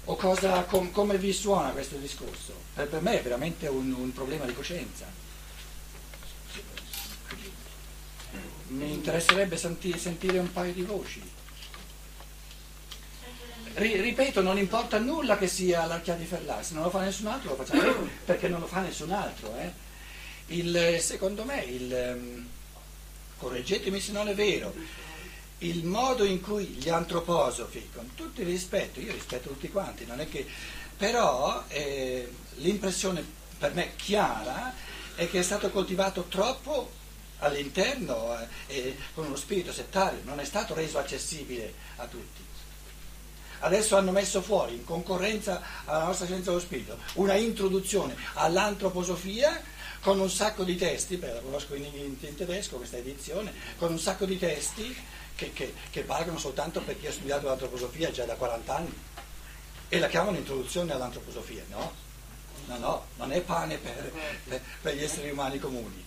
O come vi suona questo discorso? Per me è veramente un problema di coscienza. Mi interesserebbe sentire un paio di voci. Ripeto, non importa nulla che sia l'Archiadi Ferlà, se non lo fa nessun altro lo facciamo noi, perché non lo fa nessun altro. Secondo me, correggetemi se non è vero, il modo in cui gli antroposofi, con tutto il rispetto, io rispetto tutti quanti, non è che, però l'impressione per me chiara è che è stato coltivato troppo all'interno con uno spirito settario, non è stato reso accessibile a tutti. Adesso hanno messo fuori, in concorrenza alla nostra scienza dello spirito, una introduzione all'antroposofia con un sacco di testi, la conosco in tedesco questa edizione, con un sacco di testi che valgono soltanto per chi ha studiato l'antroposofia già da 40 anni e la chiamano introduzione all'antroposofia. No, non è pane per gli esseri umani comuni.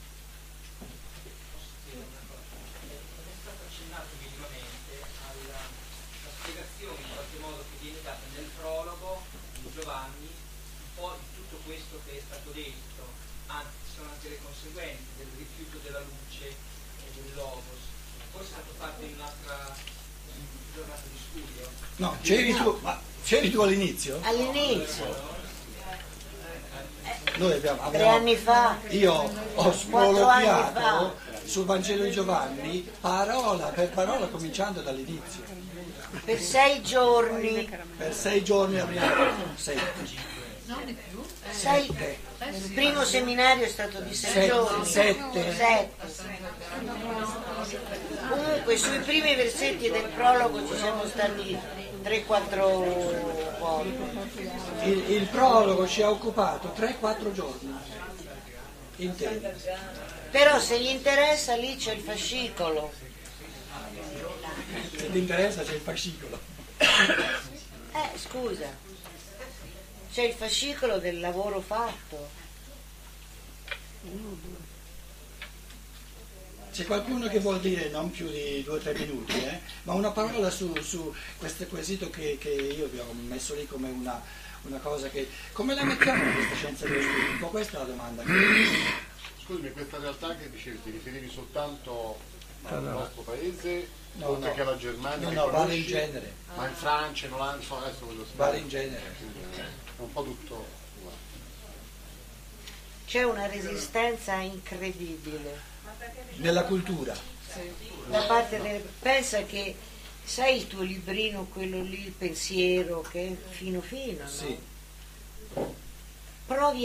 Giovanni, un po' di tutto questo che è stato detto, anzi ci sono anche le conseguenze del rifiuto della luce e del logos. Forse è stato fatto in un'altra giornata di studio. No, c'eri tu all'inizio? All'inizio. Noi abbiamo 3 anni fa. Io ho sproloquiato sul Vangelo di Giovanni parola per parola cominciando dall'inizio. Per 6 giorni. Per 6 giorni abbiamo 7. Non di più? 7. Il primo seminario è stato di 6 giorni. 7. Comunque sui primi versetti del prologo ci siamo stati 3-4 volte. Il prologo ci ha occupato 3-4 giorni interi. Però se gli interessa lì c'è il fascicolo. Se ti interessa c'è il fascicolo. Scusa, c'è il fascicolo del lavoro fatto. C'è qualcuno che vuol dire non più di 2 o 3 minuti, ma una parola su questo quesito che io vi ho messo lì come una cosa che... Come la mettiamo in questa scienza dello spirito? Un po' questa è la domanda. Scusami, questa realtà che dicevi, ti riferivi soltanto al nostro paese, oltre No. che alla Germania? No, vale in genere. Ma in Francia, in Olanda, adesso voglio sapere. Vale in genere. È un po' tutto. C'è una resistenza incredibile Nella cultura. da parte pensa che sai il tuo librino, quello lì, il pensiero, che è fino no? Sì. Provi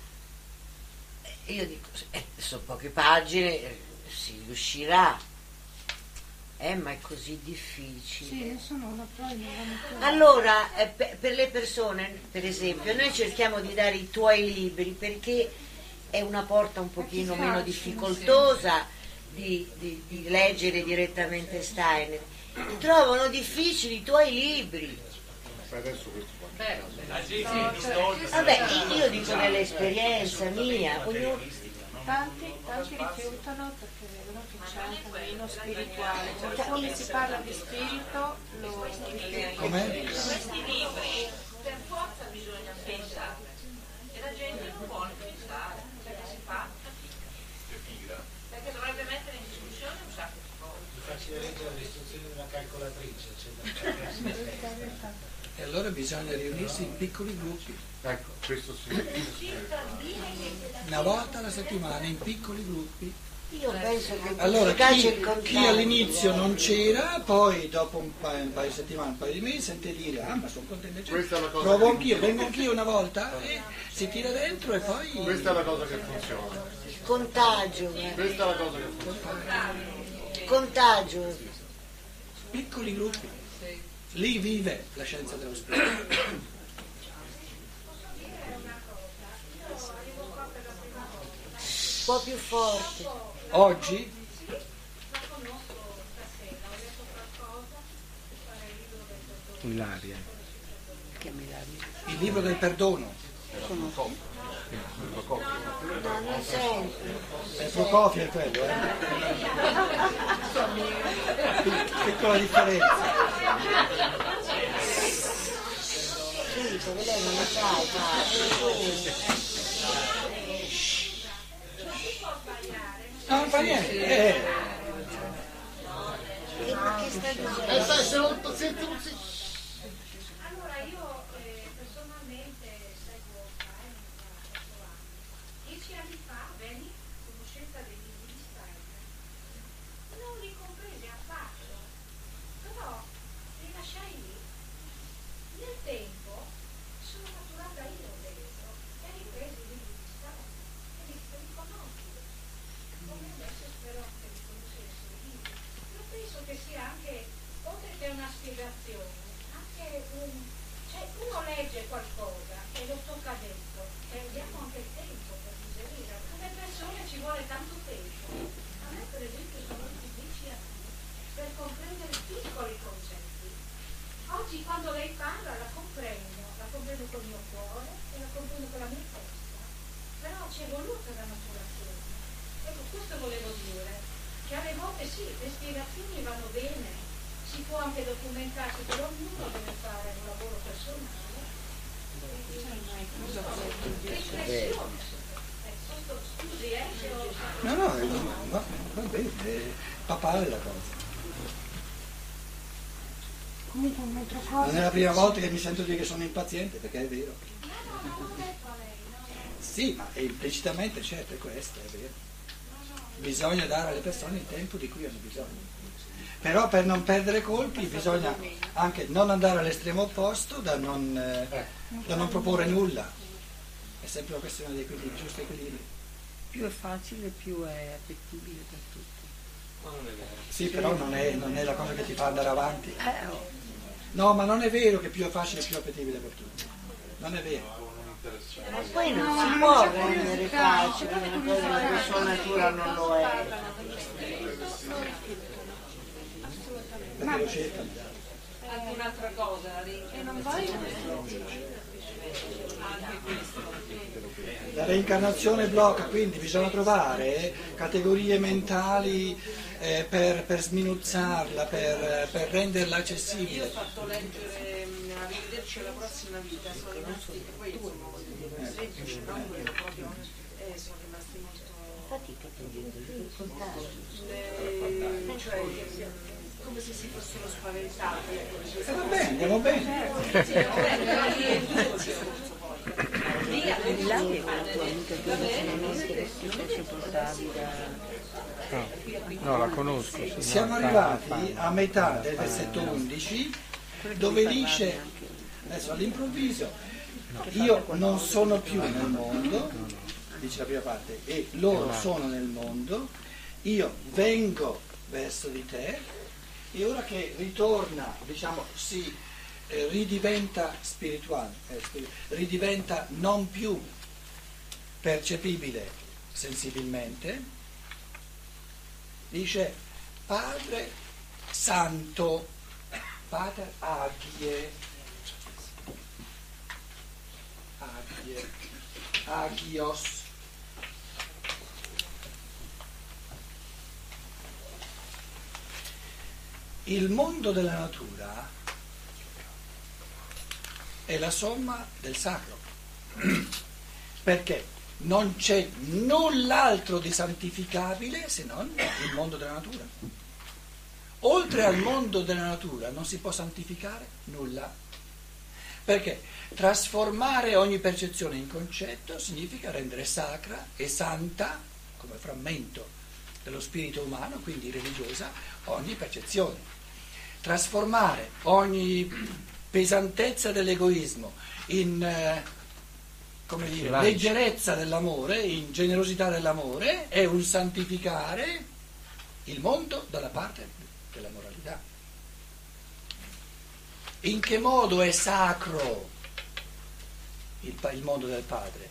io dico, sono poche pagine, si riuscirà, ma è così difficile. Sì, io sono una Allora, per le persone, per esempio, noi cerchiamo di dare i tuoi libri perché è una porta un pochino meno difficoltosa di leggere direttamente Steiner. Trovano difficili i tuoi libri. Adesso questo qua. Vabbè, io dico nell'esperienza mia, tanti rifiutano perché vedono che c'è un cammino spirituale, cioè quando si parla di spirito lo rifiutano. Com'è? Questi libri per forza bisogna pensare e la gente non vuole pensare, perché si fa fatica, perché dovrebbe mettere in discussione un sacco di cose. È facile leggere le istruzioni di una calcolatrice, eccetera. E allora bisogna riunirsi in piccoli gruppi, Ecco, questo sì. una volta alla settimana, in piccoli gruppi. io penso che Allora, efficace il chi contrario. all'inizio non c'era, poi dopo un paio di settimane, un paio di mesi, sente dire, ma sono contento, Questa è la cosa provo che anch'io, vengo anch'io una volta, e si tira dentro e poi... Questa è la cosa che funziona. Il contagio, Questa è la cosa che funziona. il contagio. Piccoli gruppi, lì vive la scienza dello spirito. Un po' più forte. Oggi Ilaria. Che meraviglia. il libro del perdono, No, non sento. è Prokofiev è quello, Piccola differenza. capito che lei non lo sa, No, non fa niente. Che sta dicendo? Sai, se non paziente non si... Allora io personalmente seguo Stein da 8 anni. 10 anni fa venni a conoscenza dei libri di Stein. Non li compresi affatto, però li lasciai lì. Nel tempo sono maturata io dentro e ripresi i libri di Stein e li riconosco. Come adesso spero che riconoscessi i libri. Io penso che sia anche, oltre che una spiegazione, anche cioè uno legge qualcosa e lo tocca dentro e diamo anche il tempo per digerire. Alle persone ci vuole tanto tempo. A me per esempio sono voluti 10 anni per comprendere piccoli concetti. Oggi quando lei parla la comprendo col mio cuore e la comprendo con la mia testa, però ci è voluta la maturazione. Ecco, questo volevo dire, che alle volte sì, le spiegazioni vanno bene, si può anche documentarsi, però ognuno deve fare un lavoro personale. Riflessione. Scusi, se ho... No, va bene, papale la cosa. Comunque un'altra cosa. Non è la prima volta che mi sento dire che sono impaziente, perché è vero. No, non l'ho detto a lei, no. Sì, ma è implicitamente certo, è questo, è vero. Bisogna dare alle persone il tempo di cui hanno bisogno. Però per non perdere colpi bisogna anche non andare all'estremo opposto, da non proporre nulla. È sempre una questione di equilibrio, giusto equilibrio. Più è facile, più è appetibile per tutti. Ma non è vero. Sì, però non è la cosa che ti fa andare avanti. No, ma non è vero che più è facile, più è appetibile per tutti. Non è vero. Ma poi non si può rendere facile una cosa che per sua natura non lo è. Perché lo cerca. Anche un'altra cosa, E non voglio. anche questo. La reincarnazione blocca, quindi bisogna trovare categorie mentali per sminuzzarla, per renderla accessibile. Io ho fatto leggere Arrivederci alla prossima vita, sono rimasti, poi insomma voglio dire, semplice, no? Quello proprio, sono rimasti molto, cioè, come se si fossero spaventati. Va bene, andiamo bene. Vedi là che la tua amica che non fosse portati da... No, la conosco. Sì, Siamo arrivati a metà del versetto 11 dove dice, adesso all'improvviso, io non sono più nel mondo, dice la prima parte, e loro sono nel mondo, io vengo verso di te, e ora che ritorna, diciamo, si ridiventa spirituale, ridiventa non più percepibile sensibilmente, dice Padre Santo, Pater Agie, Agios. Il mondo della natura è la somma del sacro, perché non c'è null'altro di santificabile se non il mondo della natura. Oltre al mondo della natura non si può santificare nulla, perché trasformare ogni percezione in concetto significa rendere sacra e santa, come frammento dello spirito umano, quindi religiosa, ogni percezione. Trasformare ogni pesantezza dell'egoismo in come dire, leggerezza dell'amore, in generosità dell'amore, è un santificare il mondo dalla parte della moralità. In che modo è sacro il mondo del Padre?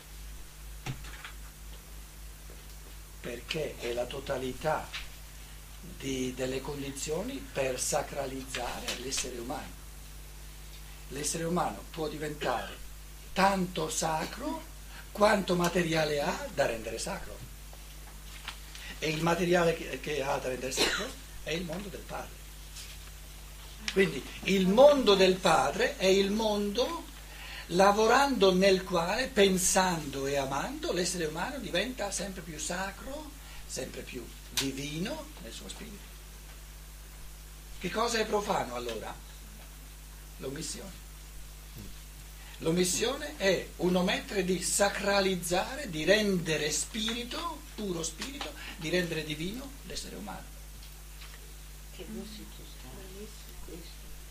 Perché è la totalità delle condizioni per sacralizzare l'essere umano. L'essere umano può diventare tanto sacro quanto materiale ha da rendere sacro. E il materiale che ha da rendere sacro è il mondo del Padre. Quindi il mondo del Padre è il mondo lavorando nel quale, pensando e amando, l'essere umano diventa sempre più sacro, sempre più divino nel suo spirito. Che cosa è profano allora? L'omissione. L'omissione è un omettere di sacralizzare, di rendere spirito, puro spirito, di rendere divino l'essere umano. Che musica sta questo.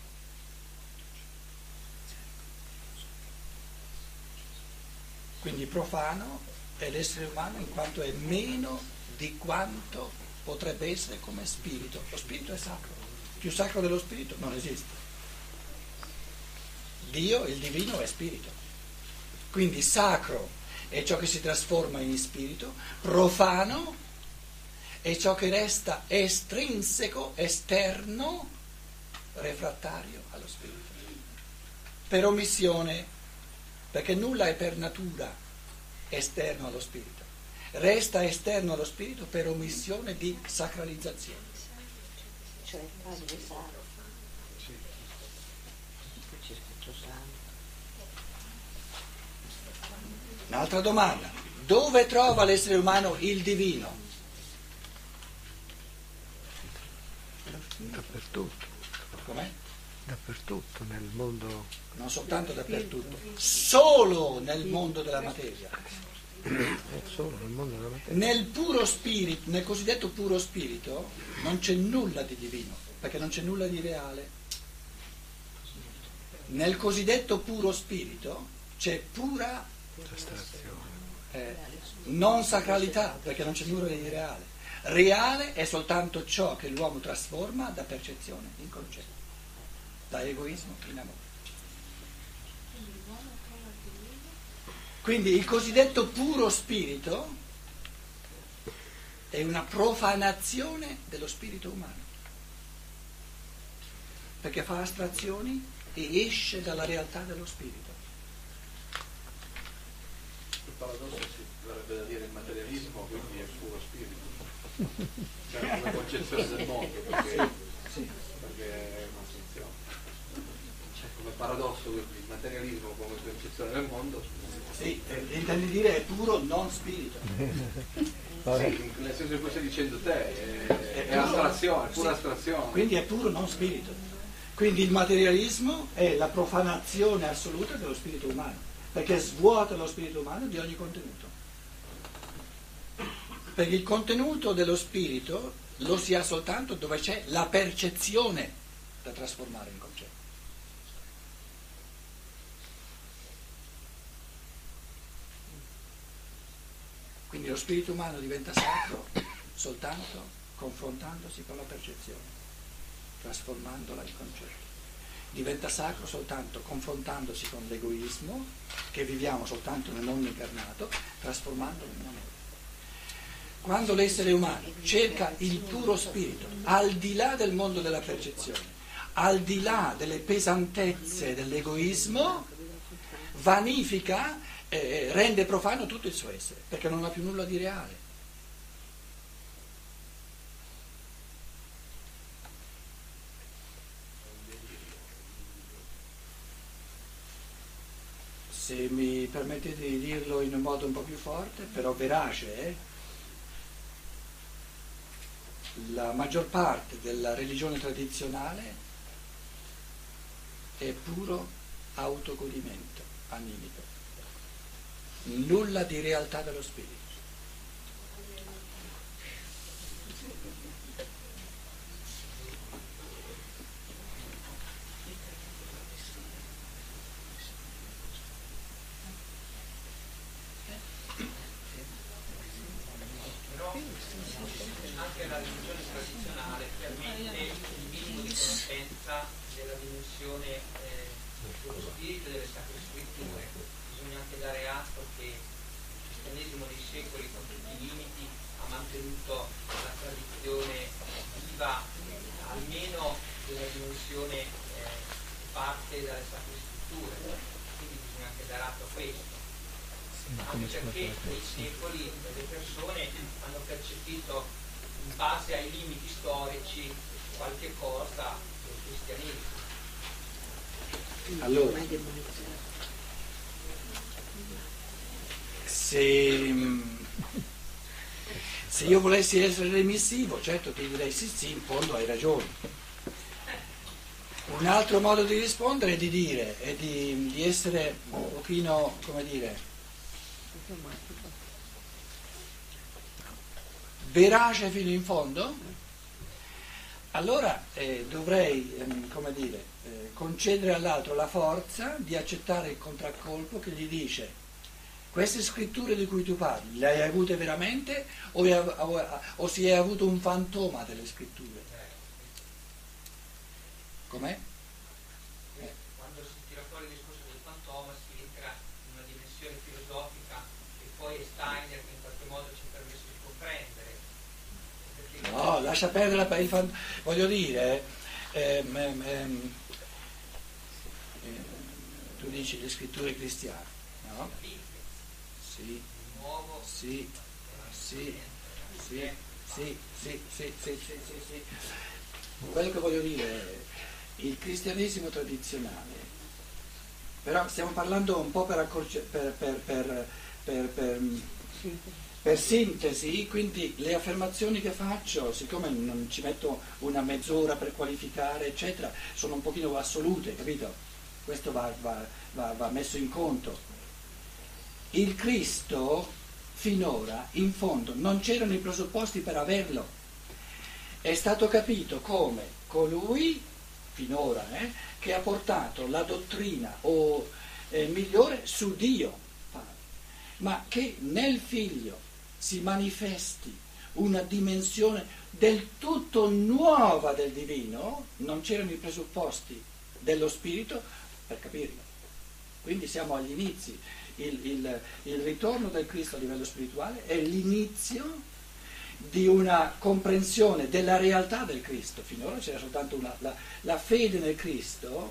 Quindi profano è l'essere umano in quanto è meno di quanto potrebbe essere come spirito. Lo spirito è sacro, più sacro dello spirito non esiste. Dio, il divino, è spirito. Quindi sacro è ciò che si trasforma in spirito, profano è ciò che resta estrinseco, esterno, refrattario allo spirito. Per omissione, perché nulla è per natura esterno allo spirito. Resta esterno allo spirito per omissione di sacralizzazione. Cioè il Padre Sacro. C'è scritto Santo. Un'altra domanda. Dove trova l'essere umano il divino? Dappertutto. Com'è? Dappertutto, nel mondo. Non soltanto dappertutto, solo nel mondo della materia. Solo nel mondo della materia. Nel puro spirito, nel cosiddetto puro spirito, non c'è nulla di divino, perché non c'è nulla di reale. Nel cosiddetto puro spirito c'è pura non sacralità, perché non c'è nulla di reale. Reale è soltanto ciò che l'uomo trasforma da percezione in concetto, da egoismo in amore. Quindi il cosiddetto puro spirito è una profanazione dello spirito umano, perché fa astrazioni e esce dalla realtà dello spirito. Il paradosso si verrebbe da dire il materialismo, quindi è puro spirito. Cioè una concezione del mondo, perché è una funzione. Cioè, come paradosso, il materialismo come concezione del mondo. Sì, intendi dire è puro non spirito. Sì, nel senso che stai dicendo te, è astrazione, è pura astrazione. Quindi è puro non spirito. Quindi il materialismo è la profanazione assoluta dello spirito umano, perché svuota lo spirito umano di ogni contenuto. Perché il contenuto dello spirito lo si ha soltanto dove c'è la percezione da trasformare in concetto. Quindi lo spirito umano diventa sacro soltanto confrontandosi con la percezione, trasformandola in concetto. Diventa sacro soltanto confrontandosi con l'egoismo, che viviamo soltanto nel mondo incarnato, trasformandolo in amore. Quando l'essere umano cerca il puro spirito, al di là del mondo della percezione, al di là delle pesantezze dell'egoismo, vanifica, rende profano tutto il suo essere, perché non ha più nulla di reale. Se mi permettete di dirlo in un modo un po' più forte, però verace, la maggior parte della religione tradizionale è puro autogodimento animico, nulla di realtà dello spirito. Anche la religione tradizionale permette il minimo di conoscenza della dimensione dello spirito e delle sacre scritture. Bisogna anche dare atto che il cristianesimo dei secoli, con tutti i limiti, ha mantenuto la tradizione viva almeno della dimensione parte dalle sacre scritture, quindi bisogna anche dare atto a questo. Anche perché nei secoli le persone hanno percepito in base ai limiti storici qualche cosa del cristianesimo. Allora, se io volessi essere remissivo, certo ti direi sì, in fondo hai ragione. Un altro modo di rispondere è di dire, è di essere un pochino, come dire, verace fino in fondo. Allora dovrei, come dire, concedere all'altro la forza di accettare il contraccolpo che gli dice: queste scritture di cui tu parli, le hai avute veramente o si è avuto un fantoma delle scritture? Com'è? Quando si tira fuori il discorso del fantoma si entra in una dimensione filosofica che poi è Steiner che in qualche modo ci ha permesso di comprendere. Perché No, lascia perdere il fantoma. Voglio dire, tu dici le scritture cristiane, no? Sì, nuovo sì. Quello che voglio dire è il cristianesimo tradizionale, però stiamo parlando un po' per sintesi, quindi le affermazioni che faccio, siccome non ci metto una mezz'ora per qualificare, eccetera, sono un pochino assolute, capito? Questo va messo in conto. Il Cristo finora, in fondo, non c'erano i presupposti per averlo. È stato capito come colui, finora, che ha portato la dottrina migliore su Dio, ma che nel Figlio si manifesti una dimensione del tutto nuova del divino, non c'erano i presupposti dello Spirito per capirlo. Quindi siamo agli inizi. Il ritorno del Cristo a livello spirituale è l'inizio di una comprensione della realtà del Cristo. Finora c'era soltanto la fede nel Cristo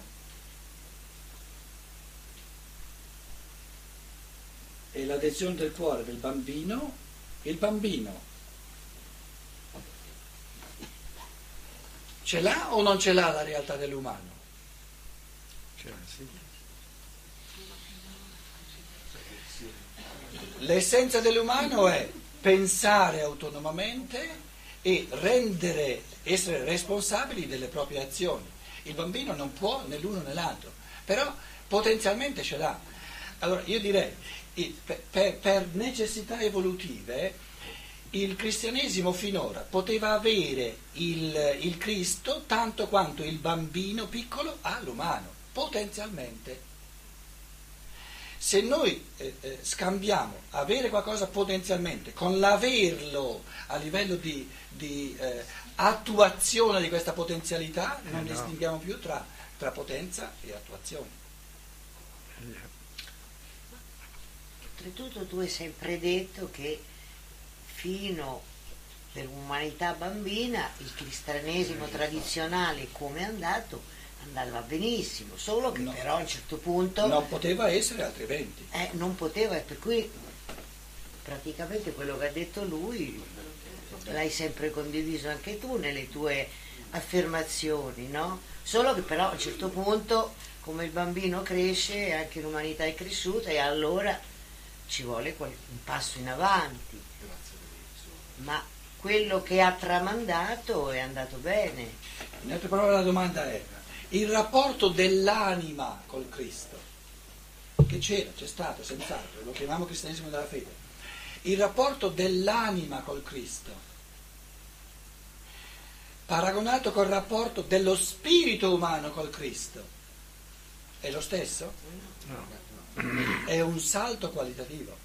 e l'adesione del cuore del bambino. Il bambino ce l'ha o non ce l'ha la realtà dell'umano? Cioè, sì. L'essenza dell'umano è pensare autonomamente e essere responsabili delle proprie azioni. Il bambino non può né l'uno né l'altro, però potenzialmente ce l'ha. Allora io direi, per necessità evolutive, il cristianesimo finora poteva avere il Cristo tanto quanto il bambino piccolo ha l'umano, potenzialmente. Se noi scambiamo avere qualcosa potenzialmente con l'averlo a livello di attuazione di questa potenzialità, non distinguiamo più tra potenza e attuazione. Oltretutto tu hai sempre detto che fino per l'umanità bambina il cristianesimo tradizionale come è andato andava benissimo, solo che però a un certo punto non poteva essere altrimenti. Non poteva, per cui praticamente quello che ha detto lui l'hai sempre condiviso anche tu nelle tue affermazioni, no? Solo che però a un certo punto, come il bambino cresce, anche l'umanità è cresciuta e allora ci vuole un passo in avanti. Ma quello che ha tramandato è andato bene. In altre parole la domanda è: il rapporto dell'anima col Cristo, che c'è stato, senz'altro, lo chiamiamo cristianesimo della fede, il rapporto dell'anima col Cristo, paragonato col rapporto dello spirito umano col Cristo, è lo stesso? No. È un salto qualitativo.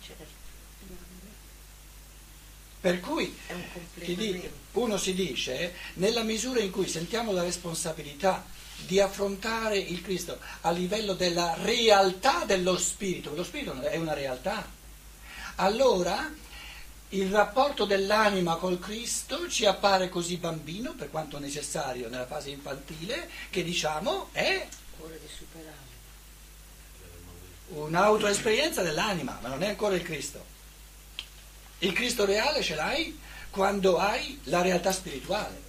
Per cui uno si dice, nella misura in cui sentiamo la responsabilità di affrontare il Cristo a livello della realtà dello spirito, lo spirito è una realtà, allora il rapporto dell'anima col Cristo ci appare così bambino, per quanto necessario nella fase infantile, che diciamo è un'autoesperienza dell'anima, ma non è ancora il Cristo. Il Cristo reale ce l'hai quando hai la realtà spirituale.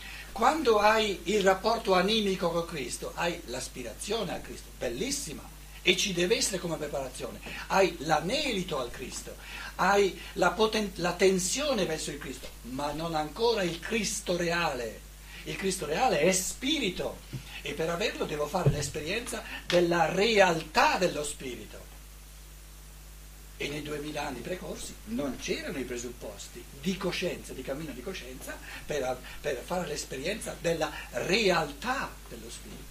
Quando hai il rapporto animico con Cristo, hai l'aspirazione al Cristo, bellissima, e ci deve essere come preparazione. Hai l'anelito al Cristo, hai la tensione verso il Cristo, ma non ancora il Cristo reale. Il Cristo reale è spirito e per averlo devo fare l'esperienza della realtà dello spirito. E nei 2000 anni precorsi non c'erano i presupposti di coscienza, di cammino di coscienza per fare l'esperienza della realtà dello spirito.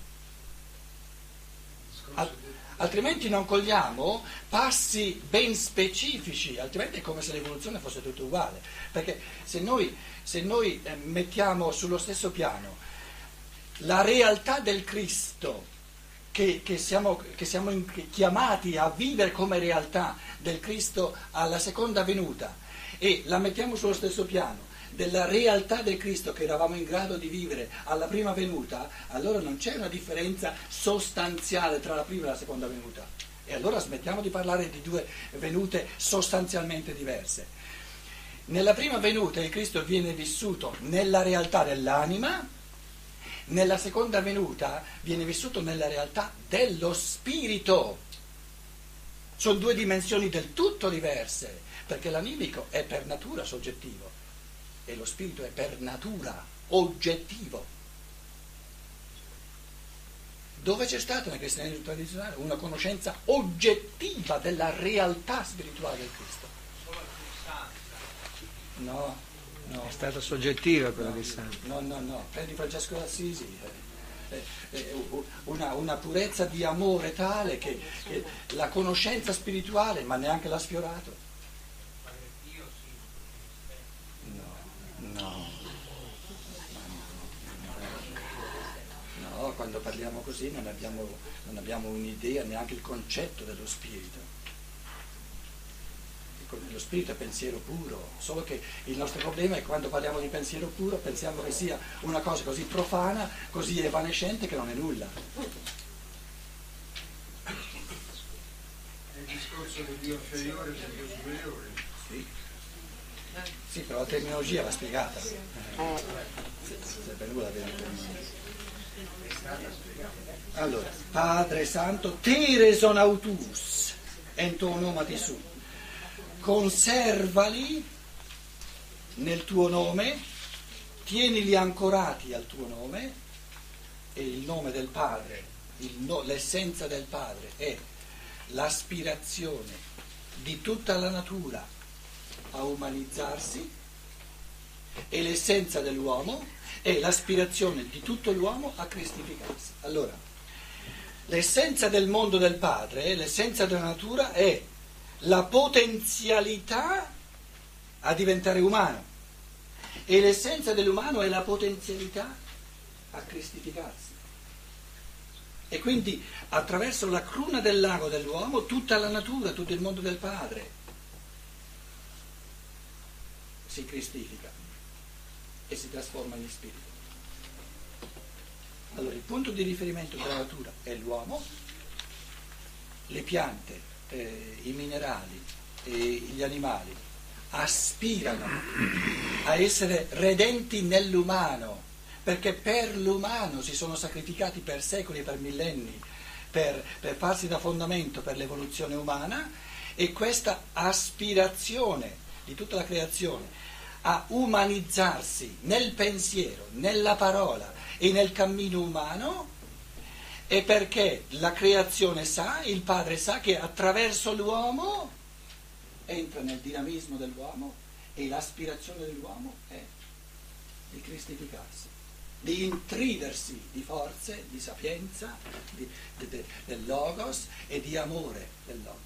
Altrimenti non cogliamo passi ben specifici, altrimenti è come se l'evoluzione fosse tutto uguale, perché se noi mettiamo sullo stesso piano la realtà del Cristo che siamo chiamati a vivere come realtà del Cristo alla seconda venuta e la mettiamo sullo stesso piano della realtà del Cristo che eravamo in grado di vivere alla prima venuta, allora non c'è una differenza sostanziale tra la prima e la seconda venuta. E allora smettiamo di parlare di due venute sostanzialmente diverse. Nella prima venuta il Cristo viene vissuto nella realtà dell'anima, nella seconda venuta viene vissuto nella realtà dello spirito. Sono due dimensioni del tutto diverse, perché l'animico è per natura soggettivo e lo spirito è per natura oggettivo. Dove c'è stata nel cristianesimo tradizionale una conoscenza oggettiva della realtà spirituale del Cristo? No, È stata soggettiva quella di Santo. No, prendi Francesco d'Assisi, una purezza di amore tale che la conoscenza spirituale, ma neanche l'ha sfiorato. No, quando parliamo così non abbiamo un'idea, neanche il concetto dello spirito. Lo spirito è pensiero puro, solo che il nostro problema è che quando parliamo di pensiero puro pensiamo che sia una cosa così profana, così evanescente che non è nulla. È il discorso del Dio inferiore e del Dio superiore. Sì, però la terminologia va spiegata. Se per nulla allora, Padre Santo, Tereson autus, entonomati su. Conservali nel tuo nome, tienili ancorati al tuo nome, e il nome del Padre, l'essenza del Padre è l'aspirazione di tutta la natura a umanizzarsi e l'essenza dell'uomo è l'aspirazione di tutto l'uomo a cristificarsi. Allora, l'essenza del mondo del Padre, l'essenza della natura è la potenzialità a diventare umano e l'essenza dell'umano è la potenzialità a cristificarsi. E quindi attraverso la cruna del lago dell'uomo tutta la natura, tutto il mondo del Padre si cristifica e si trasforma in spirito. Allora il punto di riferimento della natura è l'uomo, le piante, i minerali e gli animali aspirano a essere redenti nell'umano, perché per l'umano si sono sacrificati per secoli e per millenni per farsi da fondamento per l'evoluzione umana, e questa aspirazione di tutta la creazione a umanizzarsi nel pensiero, nella parola e nel cammino umano è perché la creazione sa, il Padre sa che attraverso l'uomo entra nel dinamismo dell'uomo e l'aspirazione dell'uomo è di cristificarsi, di intridersi di forze, di sapienza, del logos e di amore del logos.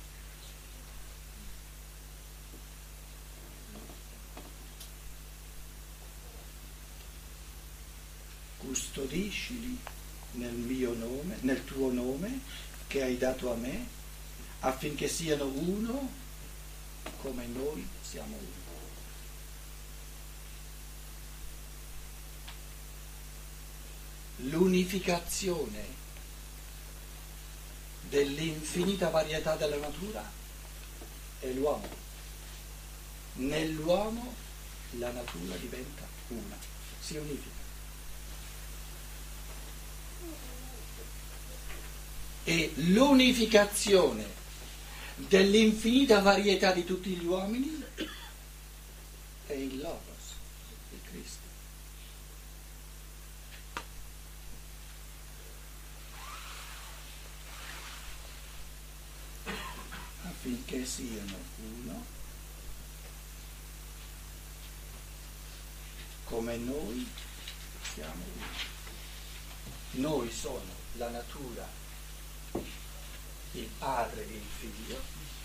Custodiscili nel mio nome, nel tuo nome che hai dato a me, affinché siano uno come noi siamo uno. L'unificazione dell'infinita varietà della natura è l'uomo. Nell'uomo la natura diventa una, si unifica. e l'unificazione dell'infinita varietà di tutti gli uomini è il Logos, il Cristo. Affinché siano uno, come noi siamo uno. Noi sono la natura, il Padre e il Figlio.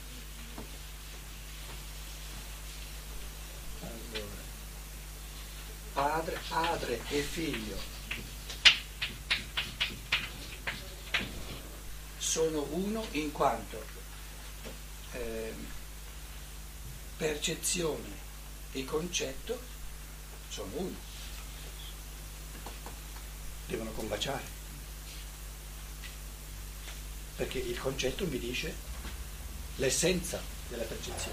Allora, padre e Figlio sono uno in quanto percezione e concetto sono uno. Devono combaciare, perché il concetto mi dice l'essenza della percezione.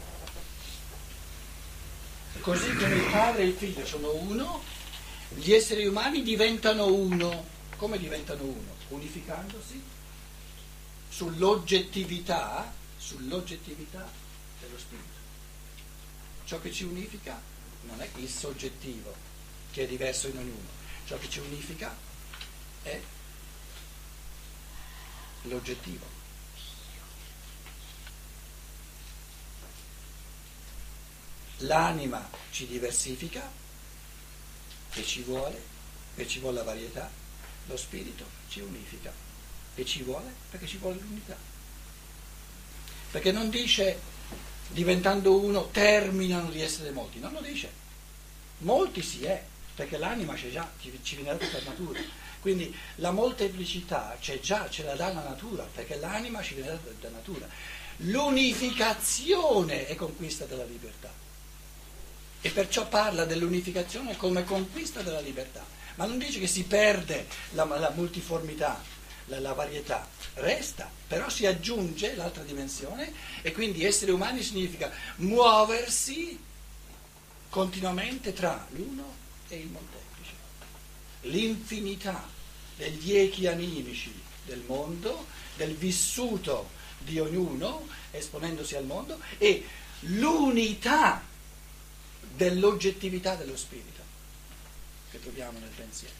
Così come il Padre e il Figlio sono uno, gli esseri umani diventano uno. Come diventano uno? Unificandosi sull'oggettività dello spirito. Ciò che ci unifica non è il soggettivo, che è diverso in ognuno. Ciò che ci unifica è l'oggettivo. L'anima ci diversifica e ci vuole la varietà, lo spirito ci unifica e ci vuole perché ci vuole l'unità. Perché non dice diventando uno terminano di essere molti, non lo dice. Molti si è, perché l'anima c'è già, ci viene data per natura. Quindi la molteplicità c'è già, ce la dà la natura, perché l'anima ci viene data da natura. L'unificazione è conquista della libertà. E perciò parla dell'unificazione come conquista della libertà. Ma non dice che si perde la multiformità, la varietà. Resta, però si aggiunge l'altra dimensione e quindi essere umani significa muoversi continuamente tra l'uno e il molteplice. L'infinità degli echi animici del mondo, del vissuto di ognuno, esponendosi al mondo, e l'unità dell'oggettività dello spirito che troviamo nel pensiero.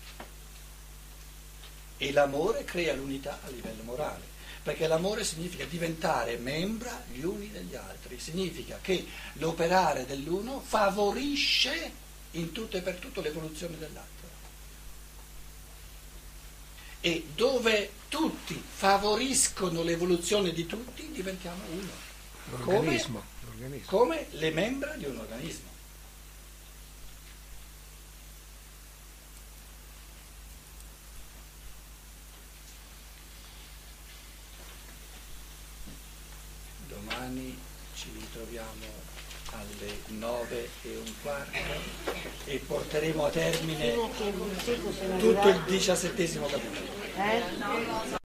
E l'amore crea l'unità a livello morale, perché l'amore significa diventare membra gli uni degli altri, significa che l'operare dell'uno favorisce in tutto e per tutto l'evoluzione dell'altro. E dove tutti favoriscono l'evoluzione di tutti, diventiamo uno. L'organismo. Come le membra di un organismo. Domani ci ritroviamo alle 9:15 e porteremo a termine tutto il 17° capitolo.